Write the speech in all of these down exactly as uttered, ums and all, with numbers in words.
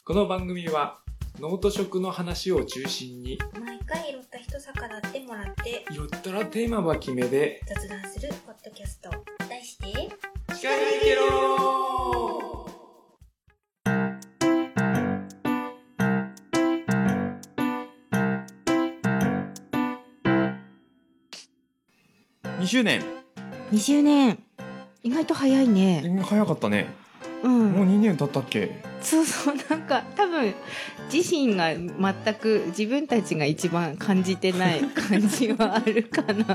この番組は脳と食の話を中心に毎回拾った一魚ってもらって拾ったらテーマは決めで雑談するポッドキャスト、題して聞かないけろにしゅうねん。 にじゅうねん、意外と早いね。 早かったね。 うん、 もうにねん経ったっけ。 そうそう、なんか多分自身が全く自分たちが一番感じてない感じはあるかな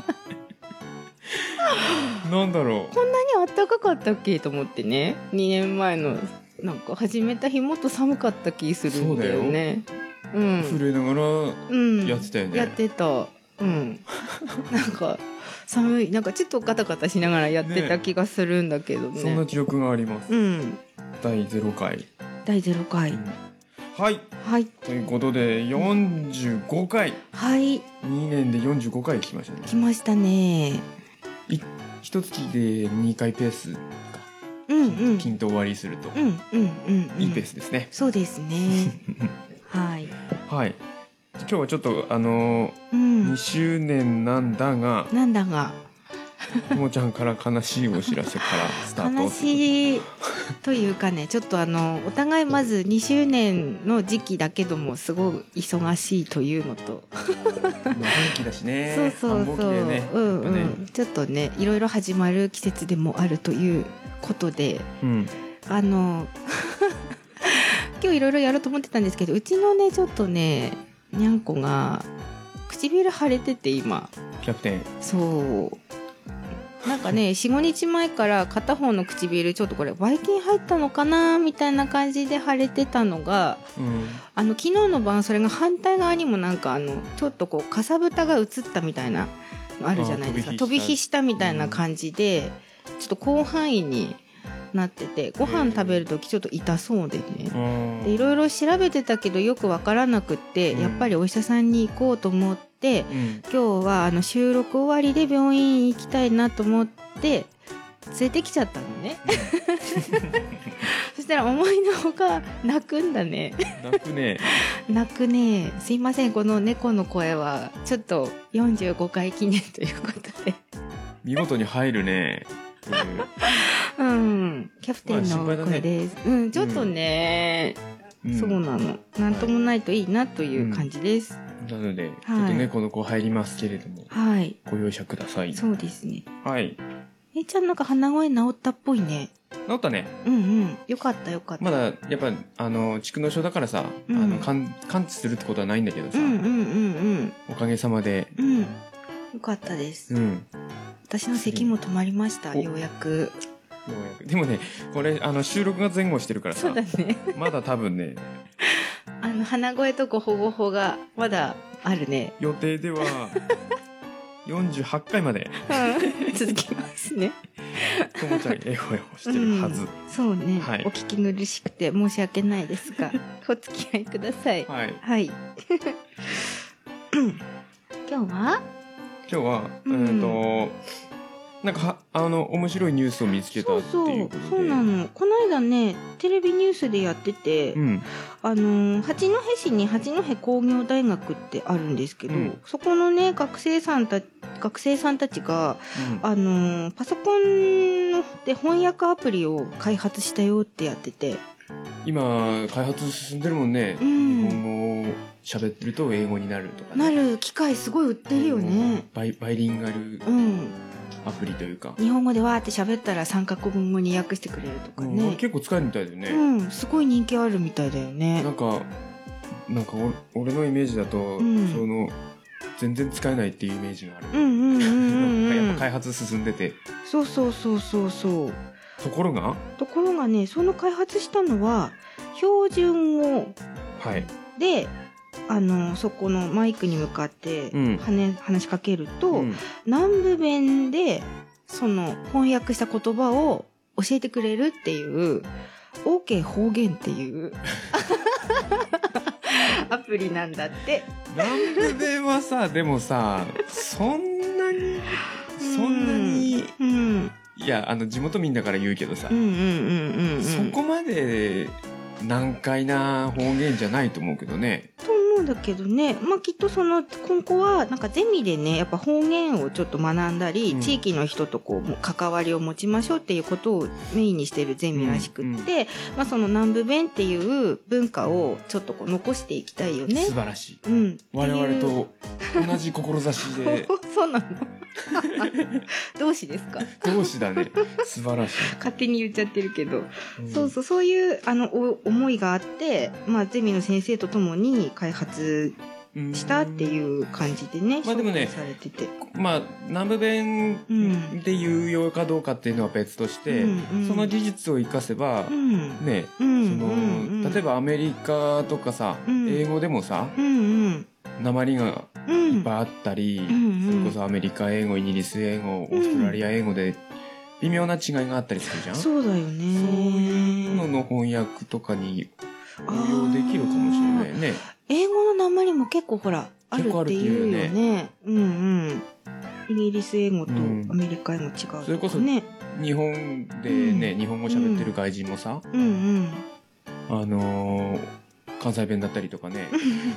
なんだろう、 こんなに暖かかったっけと思ってね。にねんまえのなんか始めた日もっと寒かった気するんだよね。うん、 震えながらやってたよね、うん、 やってた。うんなんか寒い、なんかちょっとガタガタしながらやってた気がするんだけど ね, ねそんな記憶があります。 うん、 だいゼロかいだいゼロかい、うん、 はいはい、 ということでよんじゅうごかい、 はい、 にねんでよんじゅうごかい来ましたね。 来ましたね。 い一月でにかいペースか、 うんうん、 均等割りすると、 うんうんうん、うん、 いいペースですね。 そうですねはいはい、今日はちょっとあのーうん、にしゅうねんなんだがなんだがともちゃんから悲しいお知らせからスタート。 悲しいというかね、ちょっとあのお互いまずにしゅうねんの時期だけどもすごい忙しいというのと繁期だしね。 そうそうそう、 ね、 うんうん、ちょっとねいろいろ始まる季節でもあるということで、うん、あの今日いろいろやろうと思ってたんですけど、うちのねちょっとねにゃんこが唇腫れてて今。 キャプテン。 そうなんかね よん,ご 日前から片方の唇ちょっとこればい菌入ったのかなみたいな感じで腫れてたのが、うん、あの昨日の晩それが反対側にもなんかあのちょっとこうかさぶたが映ったみたいなのあるじゃないですか。飛び火したみたいな感じで、うん、ちょっと広範囲になってて、ご飯食べるときちょっと痛そうでね、でいろいろ調べてたけどよくわからなくって、うん、やっぱりお医者さんに行こうと思って、うん、今日はあの収録終わりで病院行きたいなと思って連れてきちゃったのね、うん、そしたら思いのほか泣くんだね。 泣くね泣くね。すいません、この猫の声はちょっとよんじゅうごかい記念ということで見事に入るねうん、キャプテンの声です、まあね、うん、ちょっとね、うん、そうなの、なんともないといいなという感じです、 うん、なので、はい、ちょっと猫の子入りますけれども、はい、ご容赦ください。 そうですね。 はい。 えいちゃんなんか鼻声治ったっぽいね。 治ったね。 うんうん、よかったよかった。 まだやっぱあの蓄膿症だからさ、うん、あの感知するってことはないんだけどさ、 うんうんうんうん、 おかげさまで、 うん、よかったです、うん、私の咳も止まりました、ようやく。 でもね、これあの収録が前後してるからさ、 そうだねまだ多分ねあの鼻声とごほごほがまだあるね。 予定ではよんじゅうはちかいまで、 うん、続きますね。 ともちゃんエホエホしてるはず、うん、 そうね、はい、お聞き苦しくて申し訳ないですがお付き合いください。はい、はい、今日は今日は、うん、えーとなんかはあの面白いニュースを見つけたっていうことで。そうそうそうなの。この間ねテレビニュースでやってて、うん、あの八戸市に八戸工業大学ってあるんですけど、うん、そこのね学生さんた学生さんたちが、うん、あのパソコンで翻訳アプリを開発したよってやってて、 今開発進んでるもんね、うん、日本語を喋ってると英語になるとか、ね、 なる機械すごい売ってるよね。 バイ、バイリンガル、うんアプリというか、 日本語でわーって喋ったらさんカ国語に訳してくれるとかね、 うん、結構使えるみたいだよね。 うん、すごい人気あるみたいだよね。 なんかなんか俺のイメージだと、うん、その全然使えないっていうイメージがある。うんうんうんうん、うん、やっぱ開発進んでて。 そうそうそうそうそう。 ところがところがね、その開発したのは標準語、はい、であのそこのマイクに向かって話、うん、話しかけると、うん、南部弁でその翻訳した言葉を教えてくれるっていう OK 方言っていうアプリなんだって。 南部弁はさでもさそんなにそんなに、うんうん、いやあの地元民だから言うけどさ、うんうんうんうん、そこまで難解な方言じゃないと思うけどね。 と思うんだけどね、まあきっとその今後はなんかゼミでねやっぱ方言をちょっと学んだり、うん、地域の人とこう関わりを持ちましょうっていうことをメインにしてるゼミらしくって、うんうん、まあその南部弁っていう文化をちょっとこう残していきたいよね。 素晴らしい。 うん、 我々と同じ志でそうなの同志ですか？ 同志だね。素晴らしい。 勝手に言っちゃってるけど、うん、そうそうそういうあのお思いがあって、まあゼミの先生とともに開発したっていう感じでね、 まあでもね、 されてて、 まあ南部弁で有用かどうかっていうのは別として、うんうん、その技術を生かせば、うん、ね、うん、その、うん、例えばアメリカとかさ、うん、英語でもさ、うんうん、訛りがいっぱいあったり、うんうん、それこそアメリカ英語、イギリス英語、オーストラリア英語で微妙な違いがあったりするじゃん。 そうだよね。そういうのの翻訳とかに応用できるかもしれないね。 英語の訛りも結構ほらあるっていうよね。うんうん。イギリス英語とアメリカ英語違う、ね、 それこそ日本でね、うん、日本語喋ってる外人もさ、うんうん、あのー、関西弁だったりとかね。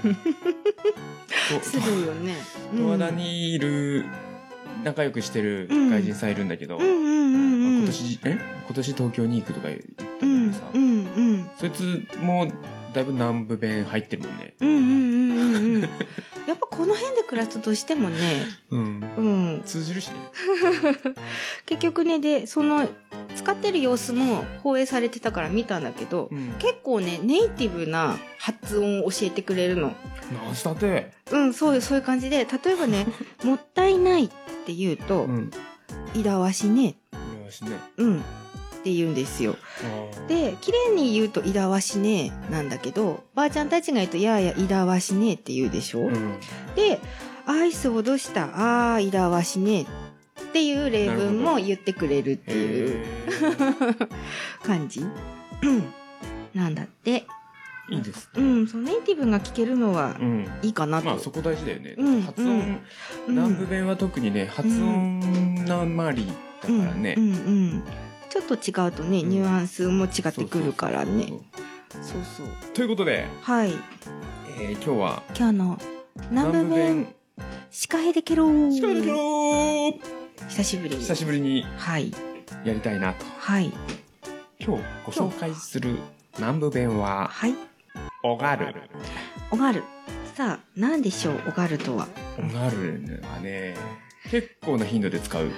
するよね。 十和田にいる仲良くしてる外人さんいるんだけど、今年え今年東京に行くとか言ったんだけどさ、うんうんうん、そいつもだいぶ南部弁入ってるもんね。うんうんうんうん。 やっぱこの辺で暮らすとしてもね、うん、 うん、通じるしね。 結局ね、でその使ってる様子も放映されてたから見たんだけど、うん、結構ねネイティブな発音を教えてくれるの。 なんしたて？ うん、そういうそういう感じで、例えばね、もったいないって言うと、うん、いだわしね。いだわしね。 うん。って言うんですよ。で、綺麗に言うといだわしねなんだけど、ばあちゃんたちが言うとやーやいだわしねって言うでしょ。うん、で、アイスをどうしたあーいだわしねっていう例文も言ってくれるっていう感じなんだって。 いいです、ね。 うん、そうネイティブが聞けるのはいいかなと。 うん、まあそこ大事だよね。うん、発音、うん、南部弁は特にね、発音なまりだからね。うんうんうんちょっと違うとね、ニュアンスも違ってくるからね。そうそう。 ということで、 はい。 えー、今日は今日の南部弁シカヘデケロー。 シカヘデケロー。 久しぶりに。 久しぶりに。 はい。 やりたいなと。 はい。 今日ご紹介する南部弁は、 はい。 おがる。 おがる。さあ、何でしょう、おがるとは。 おがるはね、結構な頻度で使う。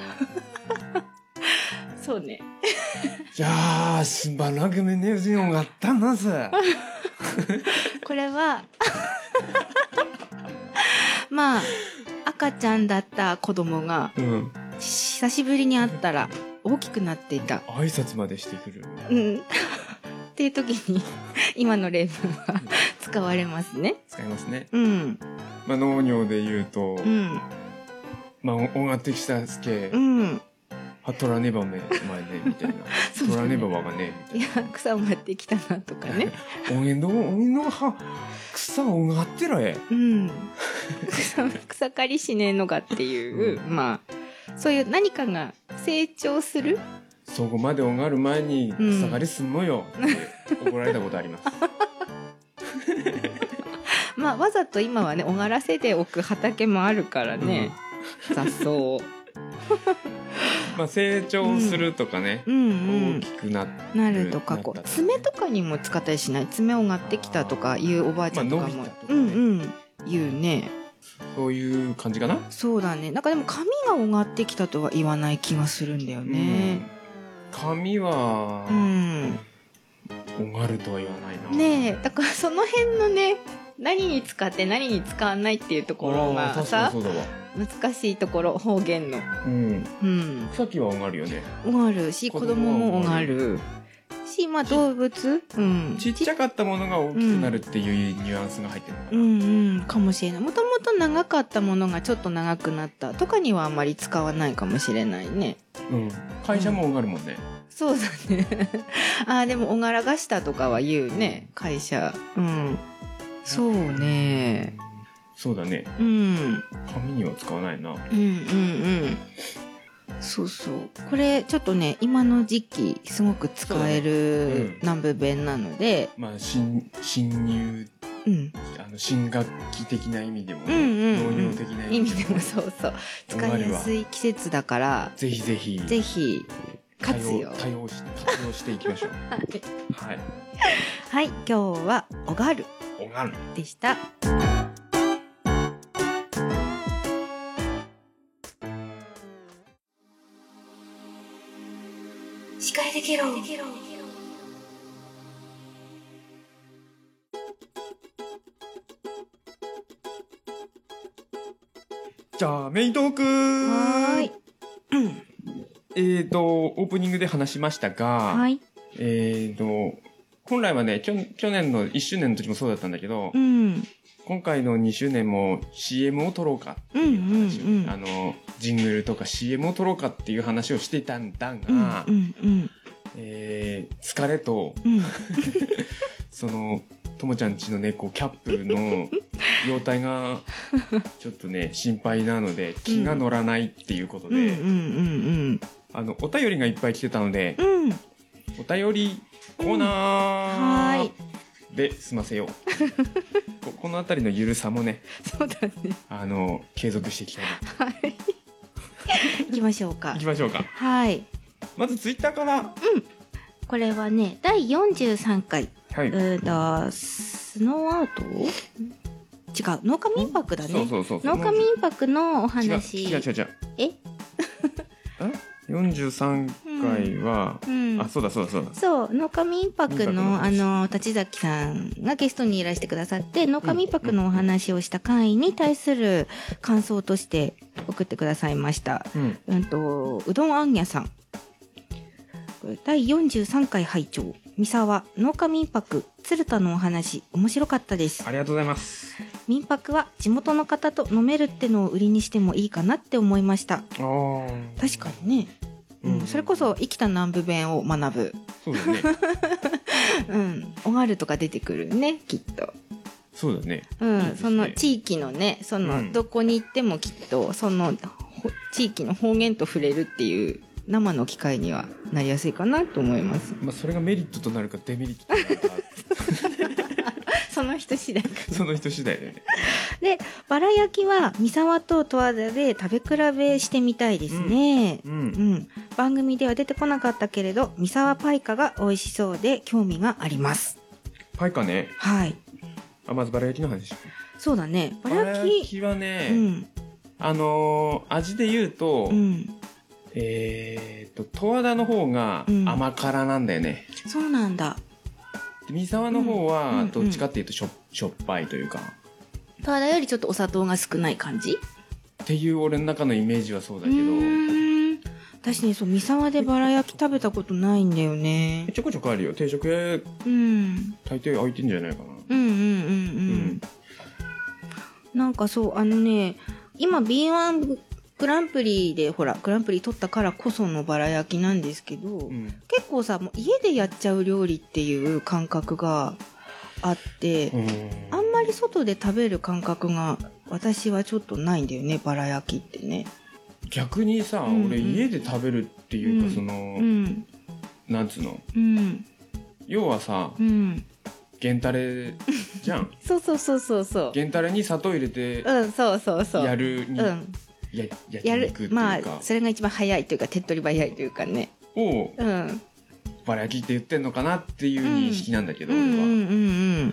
そうね。 じゃあ、しばらくめねずよがあったんだぜ。 これは、まあ、赤ちゃんだった子供が、うん、久しぶりに会ったら大きくなっていた。 挨拶までしてくる。 うん。っていう時に、今の例文は使われますね。 使いますね。 うん。 まあ、農業で言うと、うん、まあ、おがってきたすけ、うん。はとらねばめ前ねみたいな。とらねばばがねみたいな。いや草をがってきたなとかね。 おげのおげのは草をがってらえ。 うん。草草刈りしねえのがっていう、うん、まあそういう何かが成長する。 そこまでおがる前に草刈りすんのよ、って怒られたことあります。 まあわざと今はねおがらせておく畑もあるからね、うん、雑草を。 まあ成長するとかね、うんうん、大きくなるなるとかこう爪とかにも使ったりしない？爪をがってきたとかいうおばあちゃんとかも、まあ、とかね、うんうん言うね。 そういう感じかな。 そうだね。なんかでも髪がおがってきたとは言わない気がするんだよね。 うん、髪は、うん、おがるとは言わないな。 ねえ、だからその辺のね何に使って何に使わないっていうところがさ。そうだわ。難しいところ方言の、うんうん、さっきはおがるよね。 おがるし子供もおがるし、まあ動物、うん、 ちっちゃかったものが大きくなるっていうニュアンスが入ってるのかな、 うんうん、かもしれない。もともと長かったものがちょっと長くなったとかにはあんまり使わないかもしれないね。 うん、会社もおがるもんね、 うん、そうだね。あでもおがらがしたとかは言うね会社。うんそうね。 そうだね。うん。紙には使わないな。うんうんうん。 そうそうこれちょっとね今の時期すごく使える南部弁なので、 まあ新新入、うん、あの新学期的な意味でも、ね、うんうんうん、農業的な意味でもそうそう使いやすい季節だからぜひぜひぜひ活用多用して活用していきましょうはい、 はい、今日はおがるおがるでした。 司会できろ。 じゃあメイントークはーい、 うん、えーとオープニングで話しましたが、 はい、 えーと本来はね去年のいっしゅうねんの時もそうだったんだけど、 うん、 今回のにしゅうねんも シーエム を撮ろうかっていう話を、うんうんうん、あのジングルとか シーエム を撮ろうかっていう話をしていたんだが、 うんうんうんえー、疲れと、 うん、 そのともちゃんちの猫キャップの容体がちょっとね心配なので気が乗らないっていうことで、うんうんうんうん、あのお便りがいっぱい来てたので、 うん、 お便りコーナーで済ませよう、うん、こ, このあたりのゆるさもねそうだねあの継続していきたいなと、 はい、行きましょうか行きましょうか。 はい、 まずツイッターから、うん、 これはねだいよんじゅうさんかい、 はい、 えー、だスノーアート違う農家民泊だね。 そうそうそうそう農家民泊のお話。 違う違う違う違うえよんじゅうさんかいは、うんうん、あそうだそうだそうだそう農家民泊 の, のあの立崎さんがゲストにいらしてくださって農家民泊のお話をした回に対する感想として送ってくださいました、うんうん、とうどんあんにゃさんだいよんじゅうさんかい拝聴三沢農家民泊鶴田のお話面白かったです。 ありがとうございます。 民泊は地元の方と飲めるってのを売りにしてもいいかなって思いました。あ確かにね、うんうん、それこそ生きた南部弁を学ぶ。 そうだねうんおがるとか出てくるねきっと。 そうだね、 うん、 いいですね。 その地域のねその、うん、どこに行ってもきっとその地域の方言と触れるっていう生の機会にはなりやすいかなと思います。 まあそれがメリットとなるかデメリットとなるかその人次第かその人次第だよね。 でバラ焼きは三沢と十和田で食べ比べしてみたいですね、うんうんうん、番組では出てこなかったけれど三沢パイカが美味しそうで興味があります。 パイカね、 はいあまずバラ焼きの話。 そうだねバラ焼きはね、うん、あのー、味で言うと、うんえー、と十和田の方が甘辛なんだよね、 うん、そうなんだ。 三沢の方はどっちかっていうとしょ、うんうん、しょっぱいというか十和田よりちょっとお砂糖が少ない感じっていう俺の中のイメージはそうだけど、うーん私ねそう三沢でバラ焼き食べたことないんだよね。 ちょこちょこあるよ定食屋、うん、大抵空いてんじゃないかな。 うんうんうんうん、うん、なんかそうあのね今 ビーワングランプリでほらグランプリ取ったからこそのバラ焼きなんですけど、うん、結構さもう家でやっちゃう料理っていう感覚があって、うん、あんまり外で食べる感覚が私はちょっとないんだよねバラ焼きってね。 逆にさ、うんうん、俺家で食べるっていうか、うん、その、うん、なんつうの、うん、要はさ、うん、原タレじゃんそうそうそうそうそう原タレに砂糖入れてうんそうそうそうやるに、うんや, やるまあそれが一番早いというか手っ取り早いというかねを、うん、バラ焼きって言ってんのかなっていう認識なんだけど、うん、俺は、うんうんうんうん、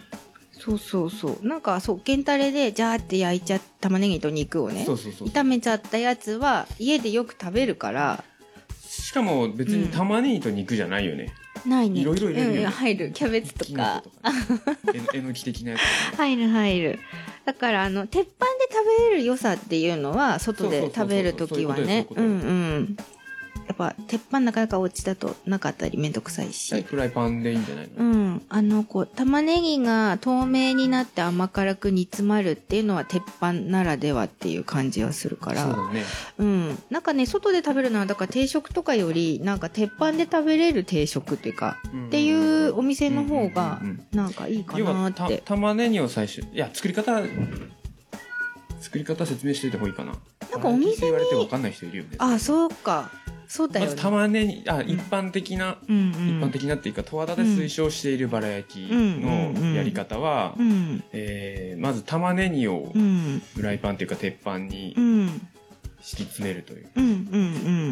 そうそうそうなんかそう原タレでジャーって焼いちゃ玉ねぎと肉をねそうそうそう炒めちゃったやつは家でよく食べるからしかも別に玉ねぎと肉じゃないよね、 うん、ないねいろいろ入れるよね、うん、 入るキャベツとかえのき的なやつ、ね、 入る入るだからあの鉄板で食べれる良さっていうのは外で食べるときはねうんうんやっぱ鉄板なかなかお家だとなかったりめんどくさいしフライパンでいいんじゃないの。 うんあのこう玉ねぎが透明になって甘辛く煮詰まるっていうのは鉄板ならではっていう感じはするからそうだねうんなんかね外で食べるのはだから定食とかよりなんか鉄板で食べれる定食っていうか、うん、っていうお店の方がなんかいいかなって、 要はた玉ねぎを最初いや作り方作り方説明しておいた方がいいかな。 ななんかお店に言われて分かんない人いるよね。 あ、そうか。そうだよね。 まず玉ねぎ、あ、一般的な、うんうん、一般的なっていうか十和田で推奨しているバラ焼きのやり方は、うんうん、えー、まず玉ねぎをフライパンっていうか鉄板に敷き詰めるという、うんうんうん、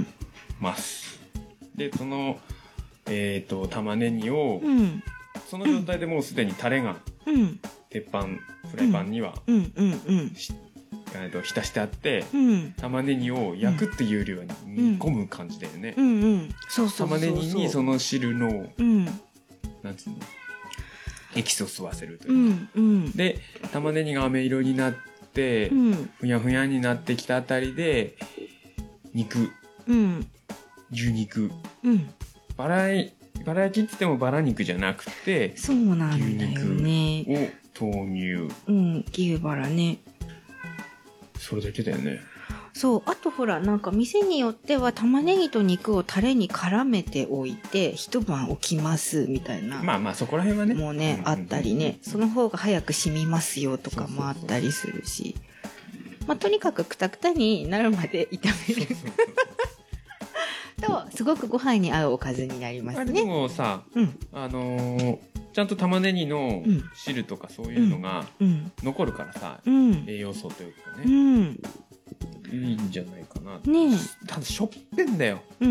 ます。でその、えー、と玉ねぎを、うん、その状態でもうすでにタレが鉄板、フライパンには、うんうんうん、浸してあって、うん、玉ねぎを焼くっていうよりは煮込む感じだよね。玉ねぎにその汁の、うん、なんつうの、エキスを吸わせるというか、うんうん、で玉ねぎが飴色になって、うん、ふやふやになってきたあたりで肉、うん、牛肉、うん、バラバラ焼きって言ってもバラ肉じゃなくて、 そうなんだよね、 牛肉を投入、 うん、牛バラね。 それだけだよね。 そう、あとほら、なんか店によっては玉ねぎと肉をタレに絡めておいて一晩置きますみたいな、 まあまあそこら辺はねもうね、うんうん、あったりね、その方が早く染みますよとかもあったりするし、まあとにかくクタクタになるまで炒めるとすごくご飯に合うおかずになりますね。あれでもさ、うん、あのー、ちゃんと玉ねぎの汁とかそういうのが残るからさ、うん、栄養素というかね、うん、いいんじゃないかな。ねえ、ただしょっぺんだよ。 うんうん。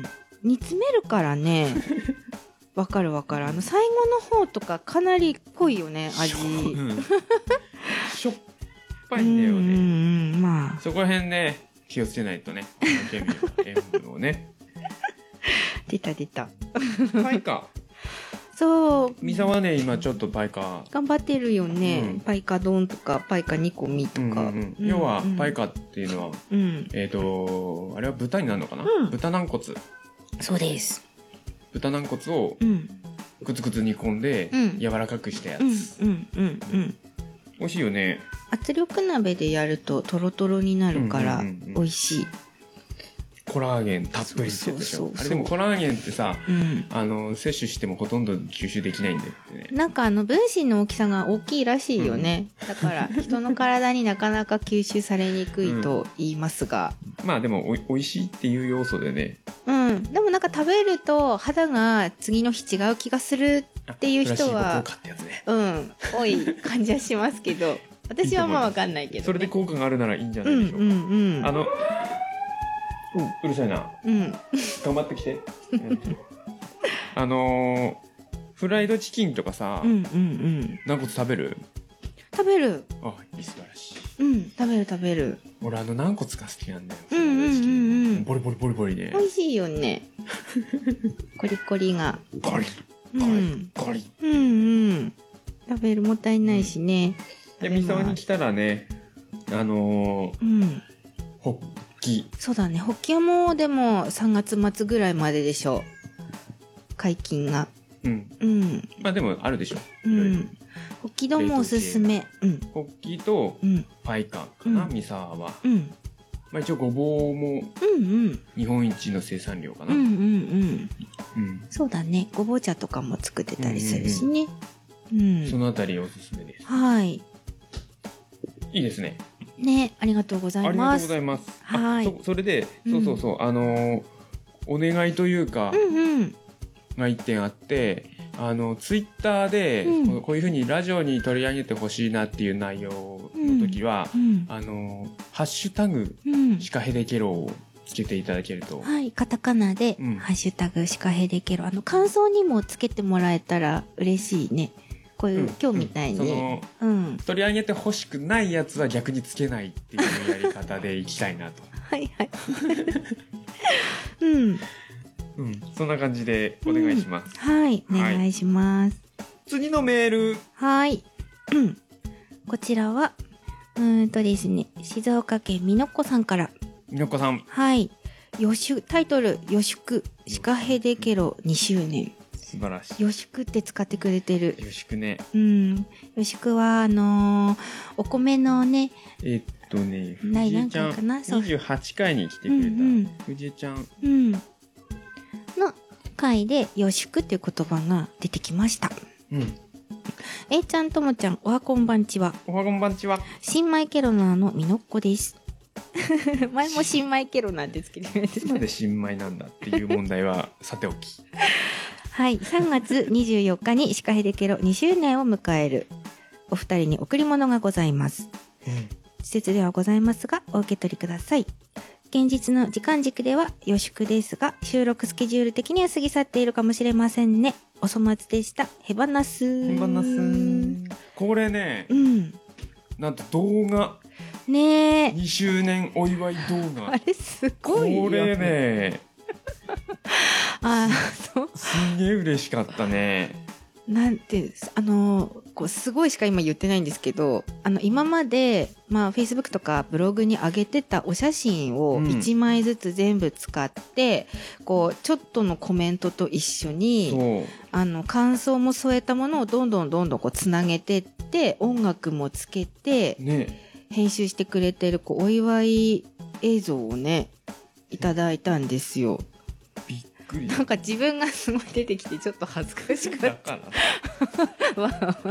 煮詰めるからね。わかるわかる。あの最後の方とかかなり濃いよね、味。しょ、うん、 しょっぱいんだよね。うん、 うん、まあ。 そこら辺ね、気をつけないとね。塩分をね。 出た出た。 パイカ。 そう。 ミサはね、今ちょっとパイカ。 頑張ってるよね。うん、パイカ丼とか、パイカ煮込みとか。うんうんうん、要は、パイカっていうのは、うん、えっ、ー、と、あれは豚になるのかな、うん、豚軟骨。 そうです。 豚軟骨を、グツグツ煮込んで、うん、柔らかくしたやつ。うんうんうんうん。美味しいよね。 圧力鍋でやるとトロトロになるから美味しい。 コラーゲンたっぷりってでしょ。あれでもコラーゲンってさ、うん、あの摂取してもほとんど吸収できないんだよね。 なんかあの分子の大きさが大きいらしいよね。うん、だから人の体になかなか吸収されにくいと言いますが。 うん、まあでもおい美味しいっていう要素でね。 うん。でもなんか食べると肌が次の日違う気がするっていう人は、 ね、 うん、多い感じはしますけど。私はまあわかんないけど、ね、 それで効果があるならいいんじゃないでしょうか。うんうんうん、あの、うん、うるさいな。うん、頑張ってきて。あのー、フライドチキンとかさ、うんうんうん、軟骨食べる？ 食べる。 あ、いい、素晴らしい。うん、食べる食べる。 俺あの軟骨が好きなんだよ。 うんうんうんうん。 ボリボリボリボリね。 美味しいよね。コリコリが。 コリコリコリ。 うんうん。食べる、もったいないしね。 で、三沢に来たらね、あのー、うん、ホッキ。 そうだね、ホッキはもうでもさんがつ末ぐらいまででしょう。解禁が。 うん。うん。まあでもあるでしょ。 うん。ホッキ丼もおすすめ。うん。 ホッキとパイカンかな、三沢は。うん。まあ一応ごぼうも日本一の生産量かな。うんうんうん。 うん。そうだね、ごぼう茶とかも作ってたりするしね。 うんうんうん。そのあたりおすすめです。 はい。 いいですね。 ね、ありがとうございます。ありがとうございます。はい。そ, それで、うん、そうそうそう、あのー、お願いというか、うんうん、が一点あって、あの、ツイッターで、うん、こういうふうにラジオに取り上げてほしいなっていう内容の時は、うんうん、あのー、ハッシュタグ、うん、シカヘデケロをつけていただけると。 はい、カタカナで、うん、ハッシュタグシカヘデケロ。あの、感想にもつけてもらえたら嬉しいね。こういう、うん、今日みたいに、その、 うん、取り上げてほしくないやつは逆につけないっていうやり方でいきたいなと。 はいはい。うん。 うん。そんな感じでお願いします。 うん、はい、お願いします。 はい、次のメール。 はい。こちらは、うーんとですね、静岡県みのっこさんから。 みのっこさん。 はい。予祝、タイトル、予祝、シカヘデケロにしゅうねん。 素晴らしい。 よしくって使ってくれてる。 よしくね。 うん。よしくは、あのー、お米のね。 えっとね、藤井ちゃん、にじゅうはちかいに来てくれた、うんうん、藤井ちゃん。うん。の回で、よしくっていう言葉が出てきました。うん。えいちゃん、ともちゃん、おはこんばんちは。おはこんばんちは。 新米ケロナーのみのっこです。 前も新米ケロなんてつけてくれていつまで新米なんだっていう問題はさておき。 はい、さんがつにじゅうよっかにシカヘデケロにしゅうねんを迎えるお二人に贈り物がございます。うん、施設ではございますがお受け取りください。現実の時間軸では予祝ですが、収録スケジュール的には過ぎ去っているかもしれませんね。お粗末でした。ヘバナス。 ヘバナス。これね、 うん、 なんと動画。 ねえ。 にしゅうねんお祝い動画。 あれすごいよ。 これね。 あ、そう。 すんげえ嬉しかったね。 なんてあのこうすごいしか今言ってないんですけど、あの今までまあ Facebook とかブログに上げてたお写真をいちまいずつ全部使って、うん、こうちょっとのコメントと一緒にあの感想も添えたものをどんどんどんどんこうつなげてって音楽もつけて、ね、編集してくれてるこうお祝い映像をねいただいたんですよ。なんか自分がすごい出てきてちょっと恥ずかしかった。わわわ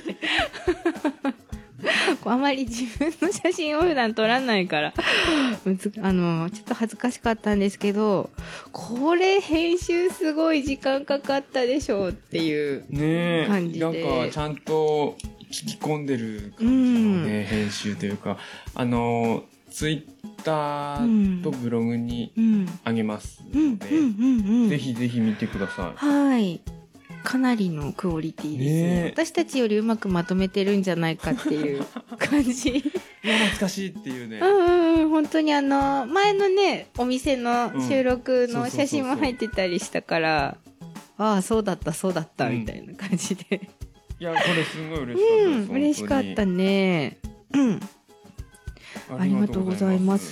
あまり自分の写真を普段撮らないからあのちょっと恥ずかしかったんですけど、これ編集すごい時間かかったでしょうっていう感じで、 ね、なんかちゃんと聞き込んでる感じのね、うん、編集というか、あのツイッターとブログにあげますので、ぜひぜひ見てください。 はい、かなりのクオリティですね。ね、私たちよりうまくまとめてるんじゃないかっていう感じ。いや懐かしいっていうね。 うんうん、本当にあの前のねお店の収録の写真も入ってたりしたから、ああそうだったそうだったみたいな感じで。 うん、いやこれすごい嬉しかったです。うん、 嬉しかったね。うん。ありがとうございます。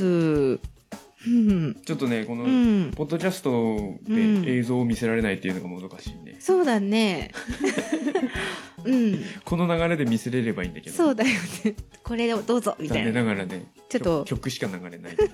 うん、ちょっとねこの、うん、ポッドキャストで映像を見せられないっていうのがもどかしいね。 うん、そうだね。うん、 この流れで見せれればいいんだけど。 そうだよね。これをどうぞみたいな。 残念ながらね。ちょっと曲しか流れないっていう。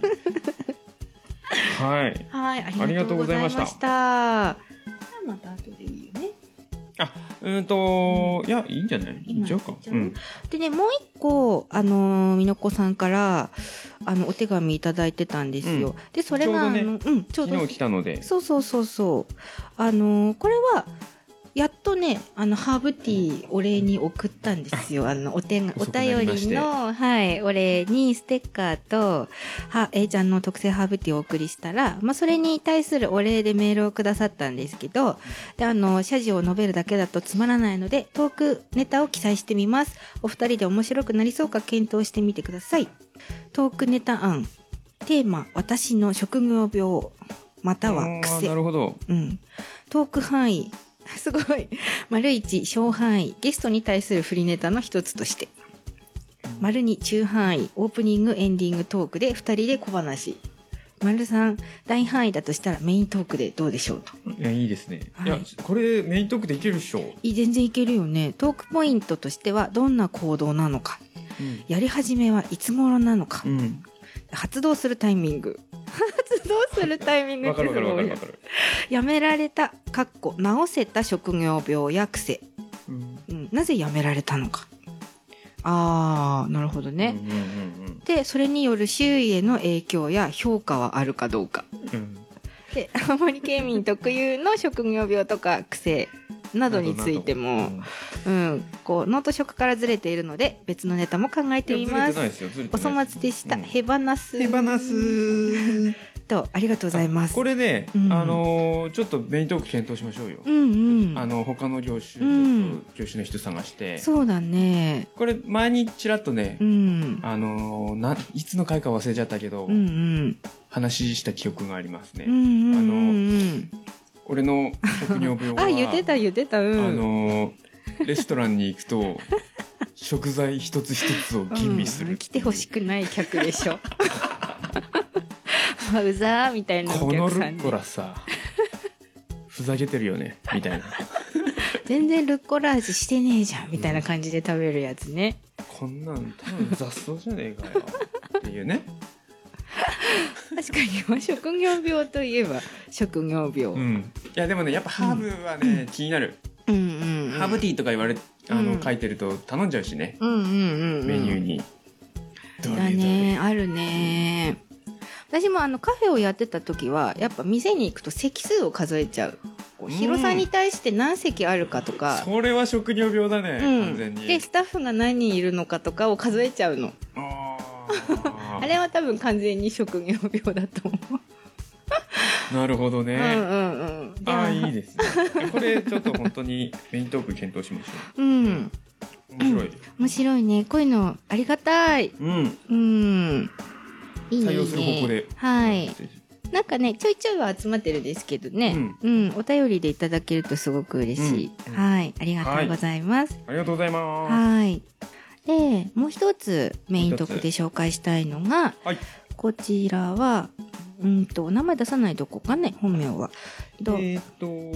はい。 はい、ありがとうございました。また後でいいよね。 あ、うんと、うん、いやいいんじゃない？いっちゃうか。うん、 でね、もう一個あのみのこさんからあのお手紙いただいてたんですよ。うん、でそれが、 ね、 あのうんちょうど昨日来たので、 そうそうそうそうあのこれはやっとねあのハーブティーお礼に送ったんですよ。あのお手お便りのはいお礼にステッカーとは A ちゃんの特製ハーブティーをお送りしたら、まあそれに対するお礼でメールをくださったんですけど、であの謝辞を述べるだけだとつまらないのでトークネタを記載してみます。お二人で面白くなりそうか検討してみてください。トークネタ案テーマ私の職業病または癖。 なるほど。 うん。トーク範囲すごい。丸一、小範囲。ゲストに対する振りネタの一つとして。丸二、中範囲。オープニング、エンディングトークで二人で小話。丸三、大範囲だとしたらメイントークでどうでしょうと。 いや、いいですね。はい、いや、これメイントークでいけるでしょ。 い全然いけるよね。トークポイントとしてはどんな行動なのか。うん、やり始めはいつ頃なのか。うん、発動するタイミング。発動するタイミングってすごい。わかるわかるわかる。やめられた、かっこ治せた職業病や癖、うんうん、なぜやめられたのか。あーなるほどね、うんうんうんうん、でそれによる周囲への影響や評価はあるかどうか、うん、で青森県民特有の職業病とか癖などについても、うん、こうノート色からずれているので別のネタも考えてみます。お粗末でした、うん、ヘバナスヘバナスとありがとうございます。 これね、うん、あのー、ちょっとメイントーク検討しましょうよ。うんうん、あの他の業種、うん、業種の人探して。 そうだね。 これ前にちらっとね、うん、あのー、ないつの回か忘れちゃったけど、うんうん、話した記憶がありますね。うんうんうんうん、あのー俺の職業病はあ言ってた言ってた、うん、 あのレストランに行くと食材一つ一つを吟味する、うん、 来てほしくない客でしょうざーみたいなお客さんにこのルッコラさふざけてるよねみたいな全然ルッコラ味してねえじゃんみたいな感じで食べるやつね、 こんなん多分雑草じゃねえかよっていうね確かに職業病といえば職業病、うん、 いやでもねやっぱハーブはね、うん、気になる、うんうんうん、ハーブティーとか言われあの、うん、書いてると頼んじゃうしね、うんうんうんうん、メニューにどれどれだねあるね。 私もあのカフェをやってた時はやっぱ店に行くと席数を数えちゃう。広さに対して何席あるかとか、 それは職業病だね、 うん、 完全に。 でスタッフが何人いるのかとかを数えちゃうの。 ああれは多分完全に職業病だと思う。なるほどね。 う。うんうんうん。 ああ、いいですね。これちょっと本当にメイントーク検討しましょう。うん。 面白い。 面白いね。こういうのありがたい。 うん。 うん。いいね。 採用する方向で。 はい。なんかね、ちょいちょいは集まってるんですけどね、うん、うん、お便りでいただけるとすごく嬉しい、うん、はい、ありがとうございます、はい、 ありがとうございます。 はい。で、もう一つメイントークで紹介したいのが、はい、こちらはうんとお名前出さないどこかね、本名はどえー、っと、うん、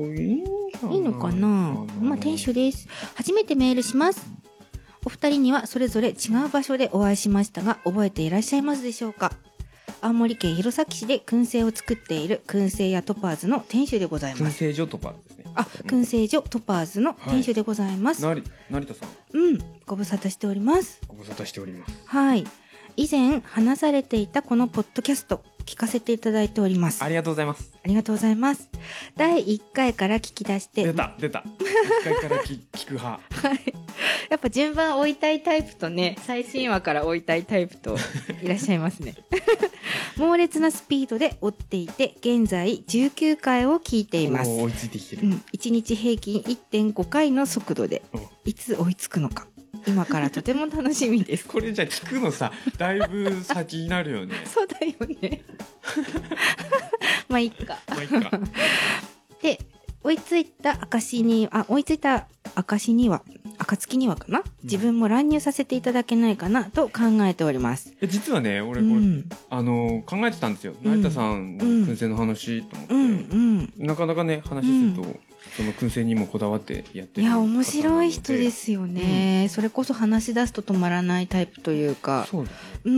いいのかな。まあ店主です。初めてメールします。お二人にはそれぞれ違う場所でお会いしましたが、覚えていらっしゃいますでしょうか。青森県弘前市で燻製を作っている燻製屋トパーズの店主でございます。 燻製所トパーズですね。 あ、燻製所トパーズの店主でございます。 はい、成田さん。 うん、ご無沙汰しております。 ご無沙汰しております。 はい。以前話されていたこのポッドキャスト聞かせていただいております。 ありがとうございます。 ありがとうございます。だいいっかいから聞き出して出た出たいっかいから聞く派。 はい。やっぱ順番追いたいタイプとね、最新話から追いたいタイプといらっしゃいますね。猛烈なスピードで追っていて、現在じゅうきゅうかいを聞いています。 追いついてきてる。 うん、いちにち平均 いってんごかいの速度でいつ追いつくのか。今からとても楽しみです。 これじゃ聞くのさ、だいぶ先になるよね。 そうだよね。まあいいか。 まあいいか。 で、追いついた証に、あ、追いついた証には、暁にはかな、自分も乱入させていただけないかなと考えております。 え、実はね、俺これ、うん、あの考えてたんですよ。成田さんの燻製の話と思って、うんうんうん、なかなかね話すると、うん、その燻製にもこだわってやってる。 いや面白い人ですよね、うん、それこそ話し出すと止まらないタイプというか。 そうだね。 うん、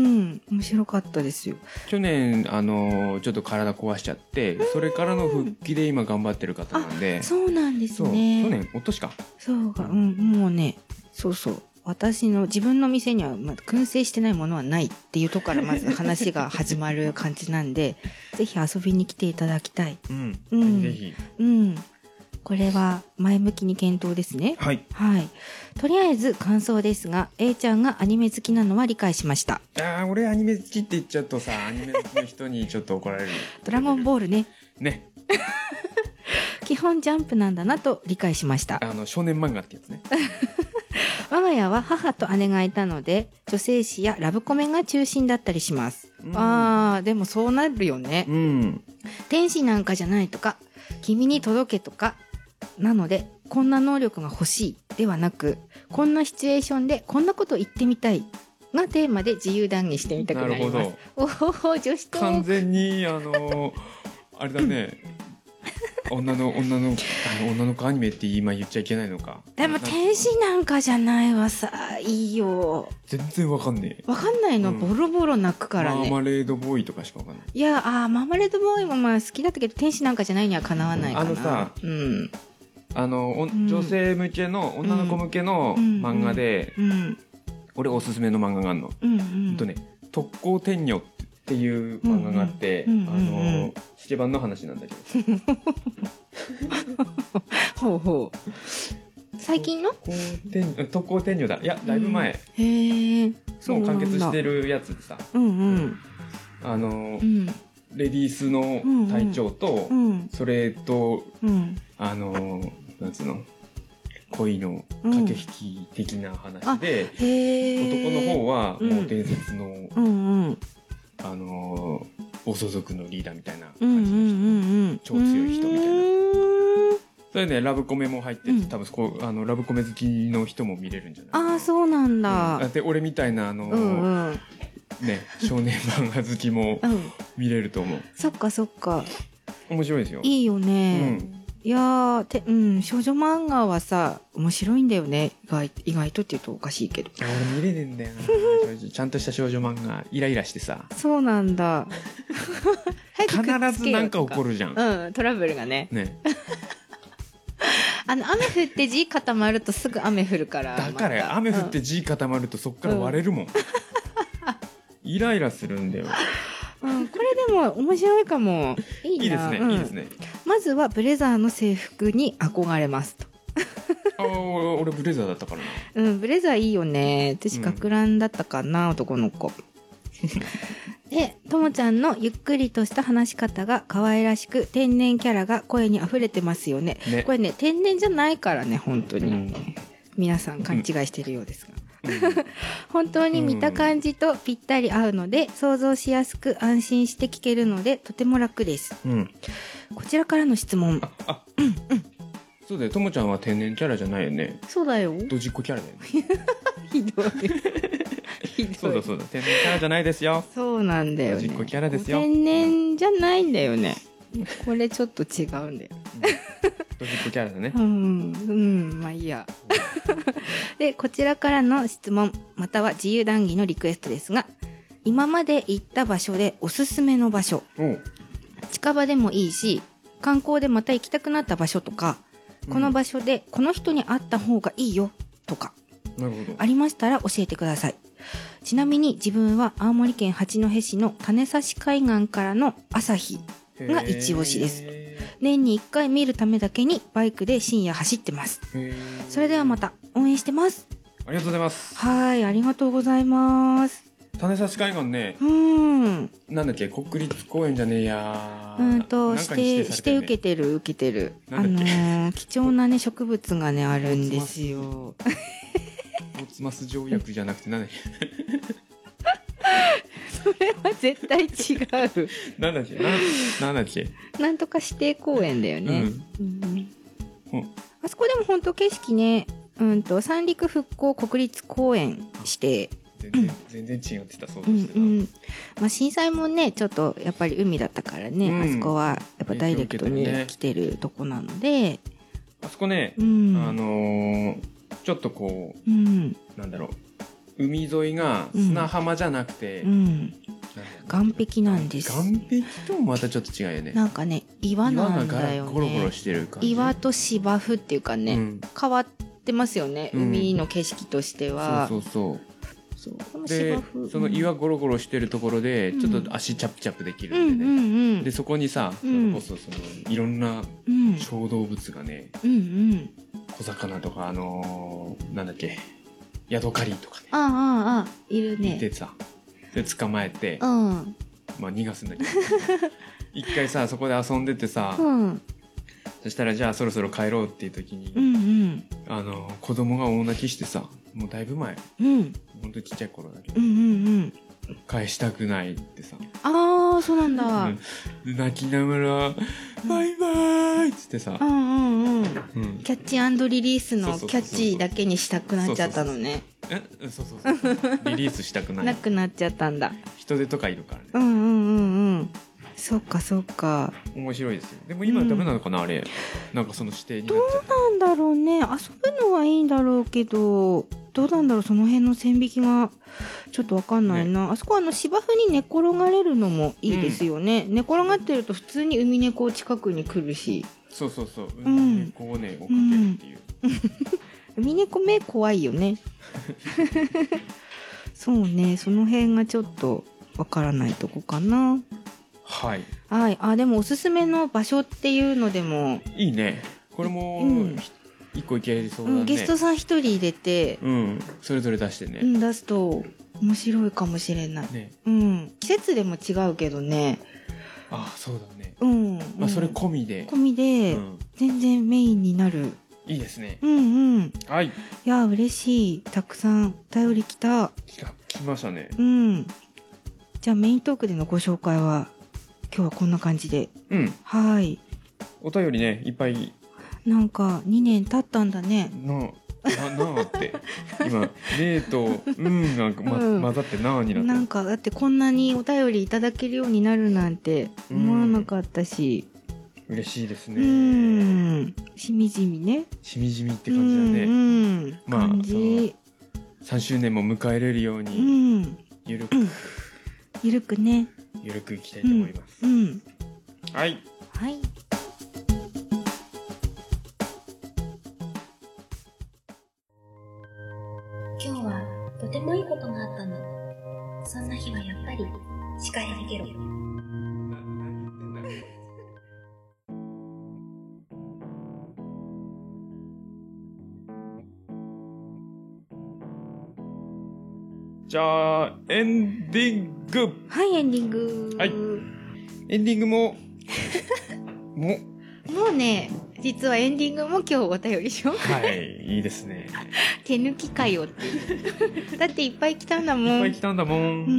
面白かったですよ。 去年あのちょっと体壊しちゃって、それからの復帰で今頑張ってる方なんで。 そうなんですね。 去年おとしか。 そうか、うん、もうね、そうそう。私の自分の店にはまだ燻製してないものはないっていうとこからまず話が始まる感じなんで、ぜひ遊びに来ていただきたい。 うん、うん、ぜひ。 うん。これは前向きに検討ですね。 はい。 はい。とりあえず感想ですが、A ちゃんがアニメ好きなのは理解しました。 ああ、俺アニメ好きって言っちゃうとさ、アニメ好きの人にちょっと怒られる。 ドラゴンボールね。 ね。 基本ジャンプなんだなと理解しました。 あの少年漫画ってやつね。 我が家は母と姉がいたので、女性誌やラブコメが中心だったりします。うん、ああ、でもそうなるよね。 うん。 天使なんかじゃないとか、君に届けとか。なので、こんな能力が欲しいではなく、こんなシチュエーションでこんなこと言ってみたいがテーマで自由談義してみたくなります。なるほど。おお、女子トーク。 完全にあのあれだね。女の女のあの女の子アニメって今言っちゃいけないのか。 でも天使なんかじゃないわさ、いいよ。 全然わかんねえ。 わかんないの、うん、ボロボロ泣くからね。 マーマレードボーイとかしかわかんない。 いや、あ、マーマレードボーイもまあ好きだったけど、天使なんかじゃないにはかなわないかな。 あのさ、 うん。 あの、うん、女性向けの女の子向けの漫画で、うんうん、俺おすすめの漫画があるの。うんうん、とね、特攻天女っていう漫画があって、うんうん、あのスケバンの話なんだけど。 ほうほう。最近の？ 特攻天女だ。いやだいぶ前。 うん、へえ。 もう完結してるやつでさ。 うんうん。 あの。うんレディースの隊長と、うんうん、それと、うん、あのなんつうの恋の駆け引き的な話で、うん、男の方はもう伝説の、うんうん、あの暴走族のリーダーみたいな感じの人、うんうんうん、超強い人みたいな、うん、それねラブコメも入ってて、うん、多分そこあのラブコメ好きの人も見れるんじゃないかな。 あ、そうなんだ。 うん、で俺みたいなあの、うんうんね、少年漫画好きも見れると思う、うん、 そっかそっか面白いですよ。 いいよね、うん、いやて、うん、少女漫画はさ面白いんだよね。意外、意外とって言うとおかしいけど俺見れねえんだよなちゃんとした少女漫画イライラしてさ。 そうなんだ必ずなんか起こるじゃん、 うん、トラブルがねねあの雨降って地固まるとすぐ雨降るから。 だから、ま、雨降って地固まるとそっから割れるもん、うんイライラするんだよ。 でも面白いかも。いいな。 いいですね、うん、いいですね。 まずはブレザーの制服に憧れますと。 あ、俺ブレザーだったからな。 うん、ブレザーいいよね。私学ランだったかな、うん、男の子。で、ともちゃんのゆっくりとした話し方が可愛らしく、天然キャラが声に溢れてますよね。ね、これね、天然じゃないからね、本当に。うん、皆さん勘違いしてるようですが。うん、本当に見た感じとぴったり合うので、想像しやすく安心して聞けるので、とても楽です。うん、こちらからの質問。あ、あ、うん、うん。 そうだよ、ともちゃんは天然キャラじゃないよね。 そうだよ。 ドジっ子キャラだよね。 ひどい。ひどい。 そうだそうだ、天然キャラじゃないですよ。 そうなんだよね。 ドジっ子キャラですよ。 天然じゃないんだよね。これちょっと違うんだよ。うん、 ドジっ子キャラだね。 うん、うん、まあいいや。で、こちらからの質問、または自由談義のリクエストですが、今まで行った場所でおすすめの場所。近場でもいいし、観光でまた行きたくなった場所とか、この場所でこの人に会った方がいいよとか、 なるほど。 ありましたら教えてください。ちなみに自分は青森県八戸市の種差海岸からの朝日が一押しです。年にいっかい見るためだけにバイクで深夜走ってます。それではまた応援してます。 ありがとうございます。 はい、ありがとうございます。 種差海岸ね。 うん。 なんだっけ、国立公園じゃねえや。 うんと、して、して受けてる、受けてる。あのー、貴重なね、植物がね、あるんですよ。 ポーツマス条約じゃなくて、なんだっけ。 それは絶対違う。 なんだっけ、なんだっけ。 なんとか指定公園だよね。うんうん、あそこでも本当景色ね、うんと、三陸復興国立公園指定。 全然、全然違ってた、そうでした。 うんうん、まあ、震災もね、ちょっとやっぱり海だったからね、うん、あそこはやっぱダイレクトに来てるとこなので、 あそこね、うん、あのー、ちょっとこう、うん、なんだろう、海沿いが砂浜じゃなくて、うんうん、 岸壁なんです。 岸壁ともまたちょっと違うよね。 なんかね、岩なんだよね。 ゴロゴロしてる感じ。 岩と芝生っていうかね、うん、変わってますよね、海の景色としては。 そうそうそう。そうで、その岩ゴロゴロしてるところでちょっと足チャプチャプできるんでね、うんうんうん、でそこにさ、うん、それこそそのいろんな小動物がね、うんうん、小魚とかあのー、なんだっけヤドカリとかね、 ああああいるね、 いてさ、で捕まえて、うん、まあ逃がすんだけど一回さそこで遊んでてさ、うん、そしたらじゃあそろそろ帰ろうっていう時に、うんうん、あの子供が大泣きしてさ、もうだいぶ前、うん、ほんとちっちゃい頃だけど、うんうんうん、返したくないってさ、 ああそうなんだ、 泣きながら、うん、バイバイっつってさ、うんうんうん、うん、 キャッチ&リリースのキャッチだけにしたくなっちゃったのね。 え、そうそうそうそうリリースしたくないなくなっちゃったんだ。 人手とかいるからね。 うんうんうんうん、そっかそっか、 面白いですよ。でも今ダメなのかな、うん、あれなんかその指定になっちゃって。 どうなんだろうね、遊ぶのはいいんだろうけど、どうなんだろう、その辺の線引きがちょっと分かんないな、ね、あそこはあの芝生に寝転がれるのもいいですよね、うん、寝転がってると普通にウミネコ近くに来るし、 そうそうそう、ウミネコをね、追っかけるっていう、うん、 ウミネコ目怖いよねそうね、その辺がちょっと分からないとこかな。 はい、 はい、あ、でもおすすめの場所っていうのでもいいね、これも、うん一個いけそうだね、うん、 ゲストさん一人入れて、 うん、それぞれ出してね、 うん、出すと面白いかもしれない、ね、うん、季節でも違うけどね。 ああそうだね、 うん、 まあ、それ込みで込みで、うん、全然メインになる。 いいですね。 うんうん。 はい。いや嬉しい、たくさん頼りきた。 来た、来ましたね。 うん。じゃあメイントークでのご紹介は今日はこんな感じで。 うん。 はい。 お便りねいっぱい。 なんかにねん経ったんだね。 なあ、な、なあって今ねとうんなんか、まうん、混ざってなあになって。 なんかだってこんなにお便りいただけるようになるなんて思わなかったし。 うん、嬉しいですね。 うん。しみじみね。 しみじみって感じだね。うん。うん、まあ感じさんしゅうねんも迎えれるように、うん、ゆるく、うん、 ゆるくね。 ゆるくいきたいと思います。 うん。うん、 はい。 はい。 今日はとてもいいことがあったの。そんな日はやっぱりシカヘデケロ。 じゃあ、エンディング。 はい、エンディング。 はい。エンディングも、も、 もうね、実はエンディングも今日お便り紹介。 はい、いいですね。 手抜きかよっていう。だっていっぱい来たんだもん。 いっぱい来たんだもん。 うん。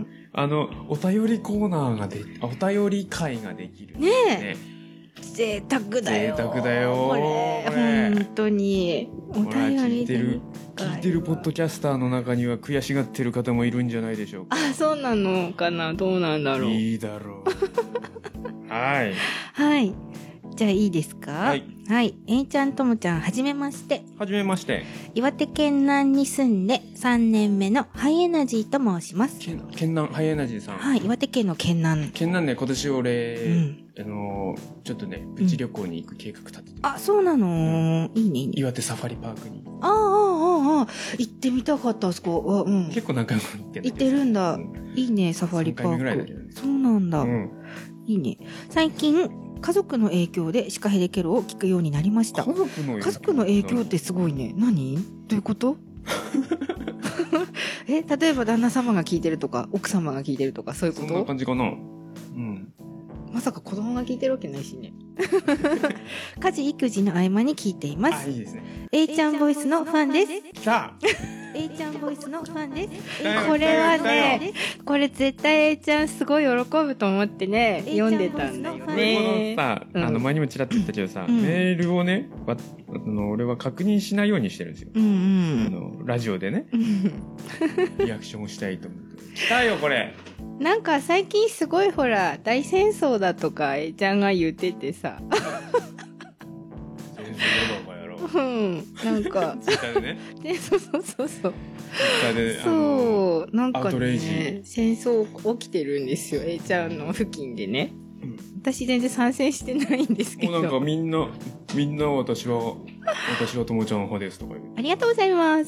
あの、お便りコーナーがで、お便り会ができる、 ね。ねえ。贅沢だよ。 贅沢だよ。 これ、本当に。お便り聞いてる、聞いてるポッドキャスターの中には悔しがってる方もいるんじゃないでしょうか。 あ、そうなのかな。どうなんだろう。 いいだろう。はい。 はい。じゃあいいですか？はい。はい。えいちゃんともちゃん、はじめまして。 はじめまして。 岩手県南に住んでさんねんめのハイエナジーと申します。 県南、ハイエナジーさん。 はい。岩手県の県南。 県南ね、今年俺、うん、あの、ちょっとね、プチ旅行に行く計画立ててる、 うん。あ、そうなの、うん、いいね、いいね。 岩手サファリパークに。 ああ、ああ、ああ、行ってみたかった、あそこ。うん、 結構何回も行ってる。 行ってるんだ。うん、いいね、サファリパーク。さんかいめぐらいだけどね。そうなんだ。うん、いいね。最近、家族の影響でシカヘデケロを聞くようになりました。 家族の影響？ 家族の影響ってすごいね。何？どういうことえ、例えば旦那様が聞いてるとか、奥様が聞いてるとか、そういうこと？ そんな感じかな。うん。 まさか子供が聞いてるわけないしね。家事育児の合間に聞いています。 あ、いいですね。 A ちゃんボイスのファンです。 さあ。 A ちゃんボイスのファンです。これはね、これ絶対 A ちゃんすごい喜ぶと思ってね、読んでたんだよね。 このさ、あの前にもちらっと言ったけどさ、メールをね、あの俺は確認しないようにしてるんですよ。うんうん、あのラジオでね、リアクションをしたいと思って。来たよこれ。 なんか最近すごいほら大戦争だとか A ちゃんが言っててさ。 戦争だからやろう。 うん、なんか。 ツイッターでね。 で、そうそうそうそう。 ツイッターで、 そう、なんかね、戦争起きてるんですよ、A ちゃんの付近でね。うん、私全然参戦してないんですけど。 もうなんかみんな、みんな私は、私はともちゃんの方ですとか言う。 ありがとうございます。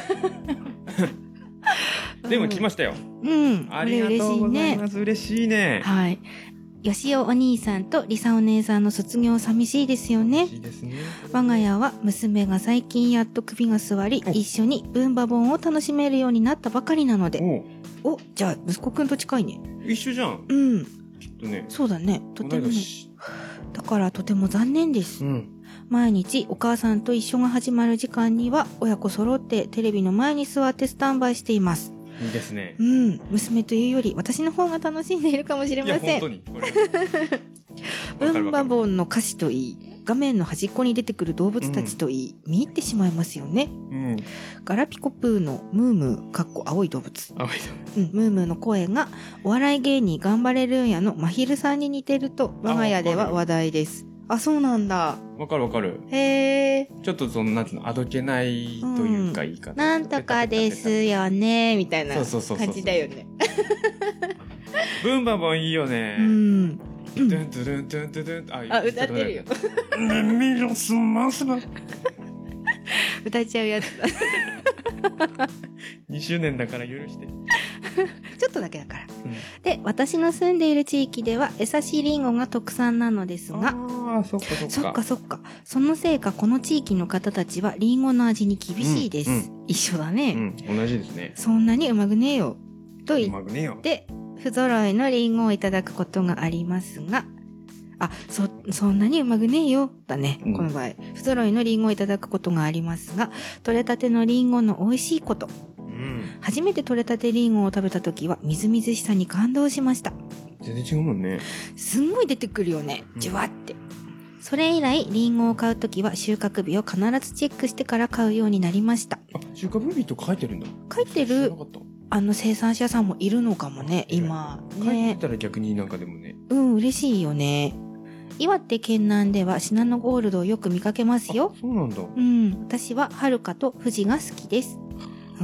でも来ましたよ。 うん。 ありがとうございます。嬉しいね。 はい。よしおお兄さんとりさお姉さんの卒業寂しいですよね。 寂しいですね。 我が家は娘が最近やっと首が座り、一緒に文馬本を楽しめるようになったばかりなので。お、お、じゃあ息子くんと近いね。 一緒じゃん。 うん。 きっとね。 そうだね。とてもね。だからとても残念です。うん。毎日お母さんと一緒が始まる時間には親子揃ってテレビの前に座ってスタンバイしています。 いいですね。 うん。娘というより私の方が楽しんでいるかもしれません。いや、 本当に。これ。文馬本の歌詞といい、画面の端っこに出てくる動物たちといい、うん、見入ってしまいますよね。うん。ガラピコプーのムームー、かっこ青い動物。 青い動物。 うん。ムームーの声が、お笑い芸人頑張れるんやのまひるさんに似てると、我が家では話題です。あ、そうなんだ。 わかるわかる。 へえ。 ちょっとその、なんていうの、あどけないというかいいかな。 うん、なんとかですよね、みたいな感じだよね。 ブンバボンいいよね。 うん。 ドゥンドゥルンドゥンドゥルン。 あ、歌ってるよ。 ミロスマスマ。 歌っちゃうやつだ。 にしゅうねんだから許して。 ちょっとだけだから。うん、で、私の住んでいる地域では、江差しリンゴが特産なのですが、 ああ、そっかそっか。 そっかそっか。そのせいか、この地域の方たちはリンゴの味に厳しいです。うんうん、一緒だね、 うん。同じですね。 そんなにうまくねえよ。と言うまくねえよ。 で、不揃いのリンゴをいただくことがありますが、あ、そ、そんなにうまくねえよ。だね。うん、この場合。不揃いのリンゴをいただくことがありますが、取れたてのリンゴの美味しいこと。うん、初めて取れたてリンゴを食べた時はみずみずしさに感動しました。 全然違うもんね。 すんごい出てくるよね。じゅわって。うん、それ以来、リンゴを買う時は収穫日を必ずチェックしてから買うようになりました。 あ、収穫日と書いてるんだ。 書いてる。あの生産者さんもいるのかもね、今。 ね、書いてたら逆になんかでもね。 うん、嬉しいよね。岩手県南ではシナノゴールドをよく見かけますよ。 そうなんだ。 うん。私ははるかと富士が好きです。うん。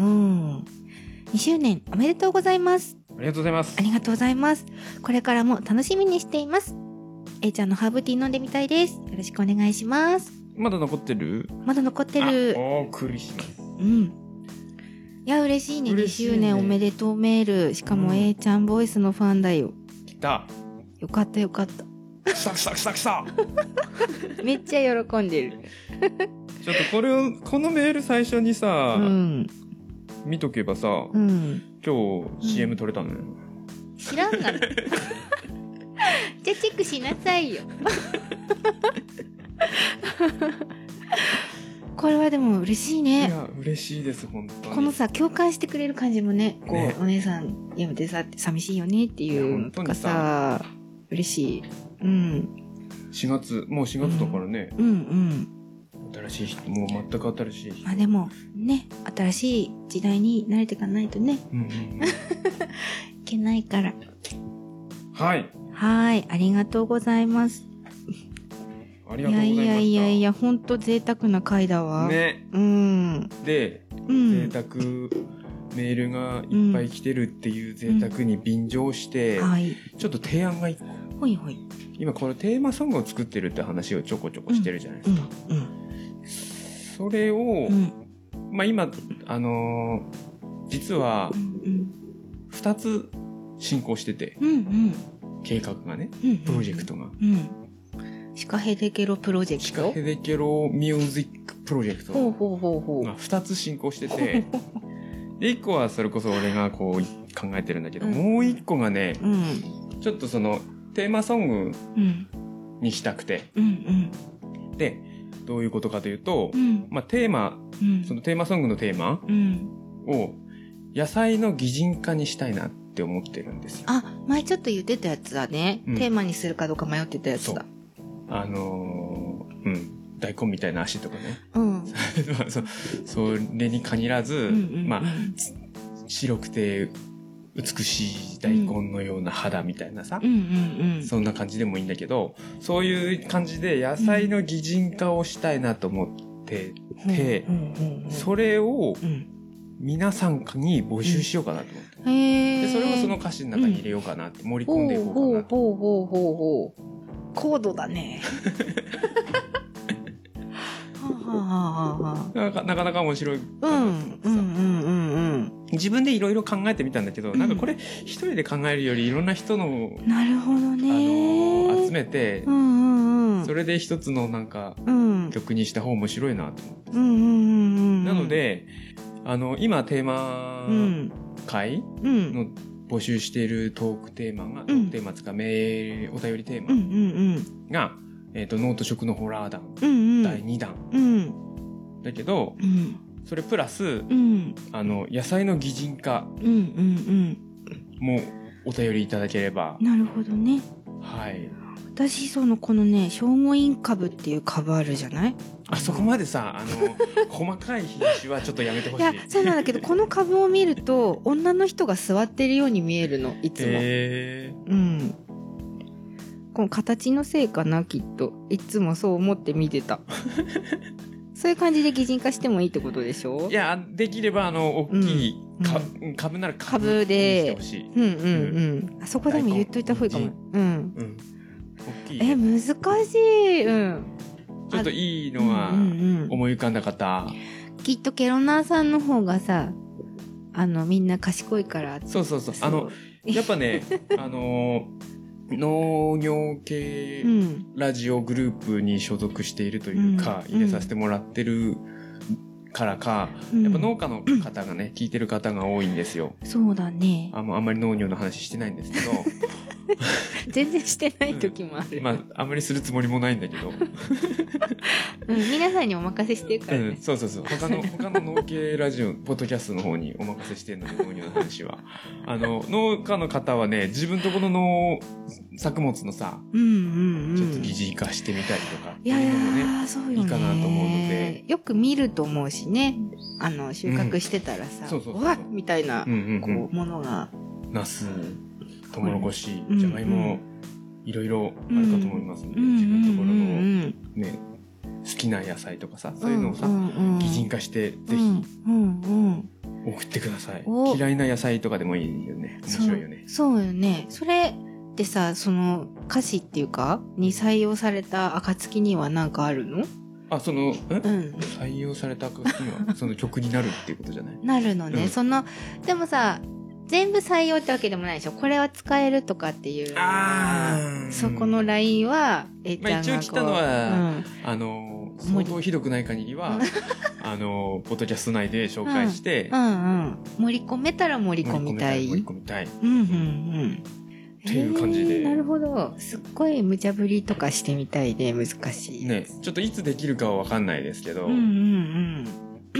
にしゅうねんおめでとうございます。 ありがとうございます。 ありがとうございます。これからも楽しみにしています。A ちゃんのハーブティー飲んでみたいです。よろしくお願いします。 まだ残ってる？ まだ残ってる。 おー、クリスマス。 うん。いや、嬉しいね。にしゅうねんおめでとうメール。しかも A ちゃんボイスのファンだよ。 来た。 よかったよかった。 くさくさくさくさ。 めっちゃ喜んでる。 ちょっとこれを、このメール最初にさ、うん、 見とけばさ、うん、今日 シーエム 撮れたのよ、うん、 知らんがなじゃあチェックしなさいよこれはでも嬉しいね。 いや嬉しいです本当に。 このさ共感してくれる感じもね、こうね、お姉さんやめてさって寂しいよねっていうのとかさ嬉しい。うん。 しがつもうしがつだからね。 うん、うん、うん新しい人もう全く新しい人。 まあでもね新しい時代に慣れていかないとね。うんうんうん、いけないから。 はい。 はいありがとうございます。 ありがとうございました。 いやいやいやいや本当贅沢な回だわ。 ね。 うん。 で、うん、贅沢メールがいっぱい来てるっていう贅沢に便乗して、うんはい、ちょっと提案が一個。 ほいほい。 今このテーマソングを作ってるって話をちょこちょこしてるじゃないですか。うんうんうん、それを、うん、まあ今あのー、実はふたつ進行してて、うんうん、計画がね、うんうん、プロジェクトが。うんシカヘデケロプロジェクトシカヘデケロミュージックプロジェクトがふたつ進行しててでいっこはそれこそ俺がこう考えてるんだけど、うん、もういっこがね、うん、ちょっとそのテーマソングにしたくて、うんうん、でどういうことかというと、うん、まあテーマ、うん、そのテーマソングのテーマを野菜の擬人化にしたいなって思ってるんですよ。 あ、前ちょっと言ってたやつだね、うん、テーマにするかどうか迷ってたやつだ。 あのー、うん、大根みたいな足とかね。うん。そ, それに限らず、うんうんうん、まあ、白くて美しい大根のような肌みたいなさ、うんうんうん、そんな感じでもいいんだけど、そういう感じで野菜の擬人化をしたいなと思ってて、うんうんうん、それを皆さんに募集しようかなと思って。うん、へで、それをその歌詞の中に入れようかなって、盛り込んでいこうかなと。 ほうほうほうほうほう。高度だねはあはあはあ、 なかなかなか面白いかなと思ってさ、うんうんうんうん、自分でいろいろ考えてみたんだけど、うん、なんかこれ一人で考えるよりいろんな人のなるほどね、 あの集めて、うんうんうん、それで一つのなんか、うん、曲にした方面白いなと思って、うんうんうんうん、なのであの今テーマ会の募集しているトークテーマが、うん、トークテーマつかメールお便りテーマが、うんうんうん、えっとノート食のホラー団、うんうん、だいにだん、うん、だけど、うん、それプラス、うん、あの野菜の擬人化もお便りいただければ、 なるほどね。 はい。 私そのこのね聖護院株っていう株あるじゃない。 あそこまでさあの細かい品種はちょっとやめてほしい。いやそうなんだけどこの株を見ると女の人が座ってるように見えるのいつも。へー、うん。この形のせいかなきっといつもそう思って見てた。そういう感じで擬人化してもいいってことでしょ。 いやできればあの大きい、うん、株なら株でしてほしい。 うんうんうん。あそこでも言っといた方がいいかも。うん。うん大きい、ね、え難しい。うん。 ちょっといいのは思い浮かんだ方、うんうんうん、きっとケロナーさんの方がさあのみんな賢いから。 そうそうそうあのやっぱねあの農業系ラジオグループに所属しているというか、うん、入れさせてもらってるからか、うん、やっぱ農家の方がね聞いてる方が多いんですよ。 そうだね。 あんまり農業の話してないんですけど全然してない時もある、 うん、まああんまりするつもりもないんだけど、 うん、皆さんにお任せしてるからね、うん、 そうそうそう他の他の農系ラジオポッドキャストの方にお任せしてるので農業の話はあの農家の方はね自分とこの農作物のさ、うんうんうん、ちょっと疑似化してみたりとかっていうのもね、いやそうよねいいかなと思うのでよく見ると思うしねあの収穫してたらさ、うん、そうそうそううわっみたいな、うんうんうん、こうものがナストウモロコシ、じゃがいも、いろいろあるかと思いますので、うん、自分のところの、ね、好きな野菜とかさ、そういうのをさ、擬人化して、ぜひ、送ってください。嫌いな野菜とかでもいいよね。面白いよね。 そう、そうよね。それってさ、その歌詞っていうか、に採用された暁には何かあるの？ あ、その、うん、採用された暁には、その曲になるっていうことじゃない？ なるのね。うん、その、でもさ、全部採用ってわけでもないでしょ。これは使えるとかっていう。あそこのラインは、 えっちゃんがこう、まあ、一応来たのは、うん、あの、 相当ひどくない限りは、あの、ポッドキャスト内で紹介して、 うん、うんうん。盛り込めたら盛り込みたい。 盛り込みたい。 うんうんうん。 っていう感じで。 なるほど。すっごい無茶ぶりとかしてみたいで難しい。 ね、ちょっといつできるかはわかんないですけど。うんうんうん。 うん。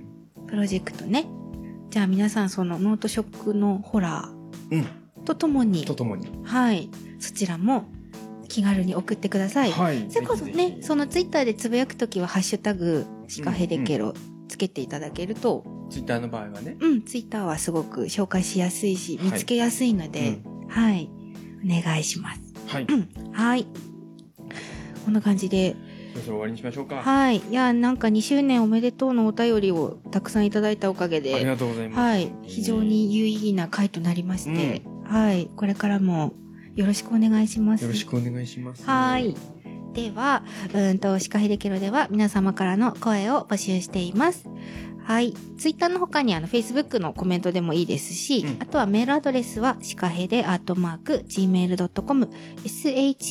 プロジェクトね。じゃあ皆さんそのノートショックのホラーとともに、うん、 とともに。 はい。そちらも気軽に送ってください。はい。それこそね、そのツイッターでつぶやくときはハッシュタグシカヘデケロつけていただけると、 うんうん、ツイッターの場合はね。 うん、ツイッターはすごく紹介しやすいし、見つけやすいので、はい、うんはい、お願いします。 はい。 うん、はい。こんな感じで。 そろそろ終わりにしましょうか。 はい。いや、なんかにしゅうねんおめでとうのお便りをたくさんいただいたおかげで。 ありがとうございます。 はい。非常に有意義な回となりまして、うん、はい。これからもよろしくお願いします。 よろしくお願いします。 はい。では、うんと、シカヘデケロでは皆様からの声を募集しています。はい。ツイッターの他にあの、Facebook のコメントでもいいですし、うん、あとはメールアドレスは、シカヘデアットマーク、ジーメールドットコム、シカヘデ ア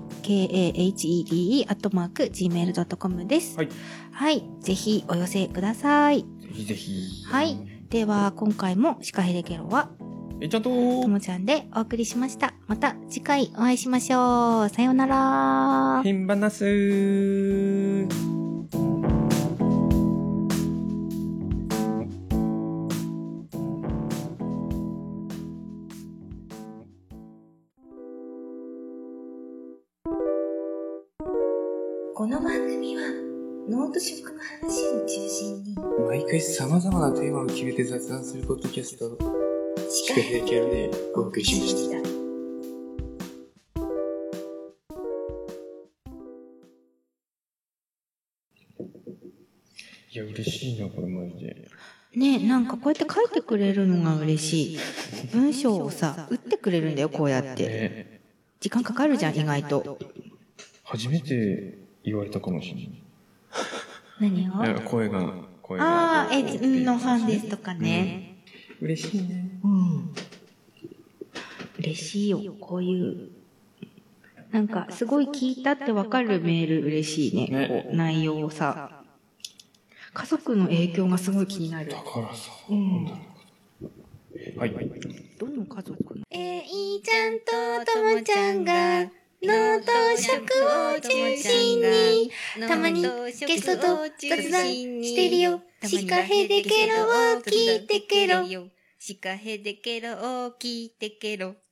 ットマーク、ジーメールドットコム です。はい。はい。ぜひお寄せください。 ぜひぜひ。 はい。では、今回もシカヘデケロは、 えちゃんとともちゃんでお送りしました。また次回お会いしましょう。さようなら。 へんばなすー。 この番組はノート食の話を中心に毎回様々なテーマを決めて雑談するポッドキャストシカヘデケロでお送りしました。いや嬉しいなこれマジで。 ねえなんかこうやって書いてくれるのが嬉しい。文章をさ打ってくれるんだよこうやって。ね、時間かかるじゃん意外と。 初めて言われたかもしれない。 何を？ 声が声が。 ああ、えのファンですとかね。 うん、嬉しいね。 うん。嬉しいよこういうなんかすごい聞いたってわかるメール嬉しいね。ねこう内容をさ家族の影響がすごい気になる。 だからさ。 うん。 はいはい。 どの家族？ えいちゃんとともちゃんが。ノート食を中心にたまにゲストと雑談してるよ。シカヘデケロを聞いてケロ。シカヘデケロを聞いてケロ。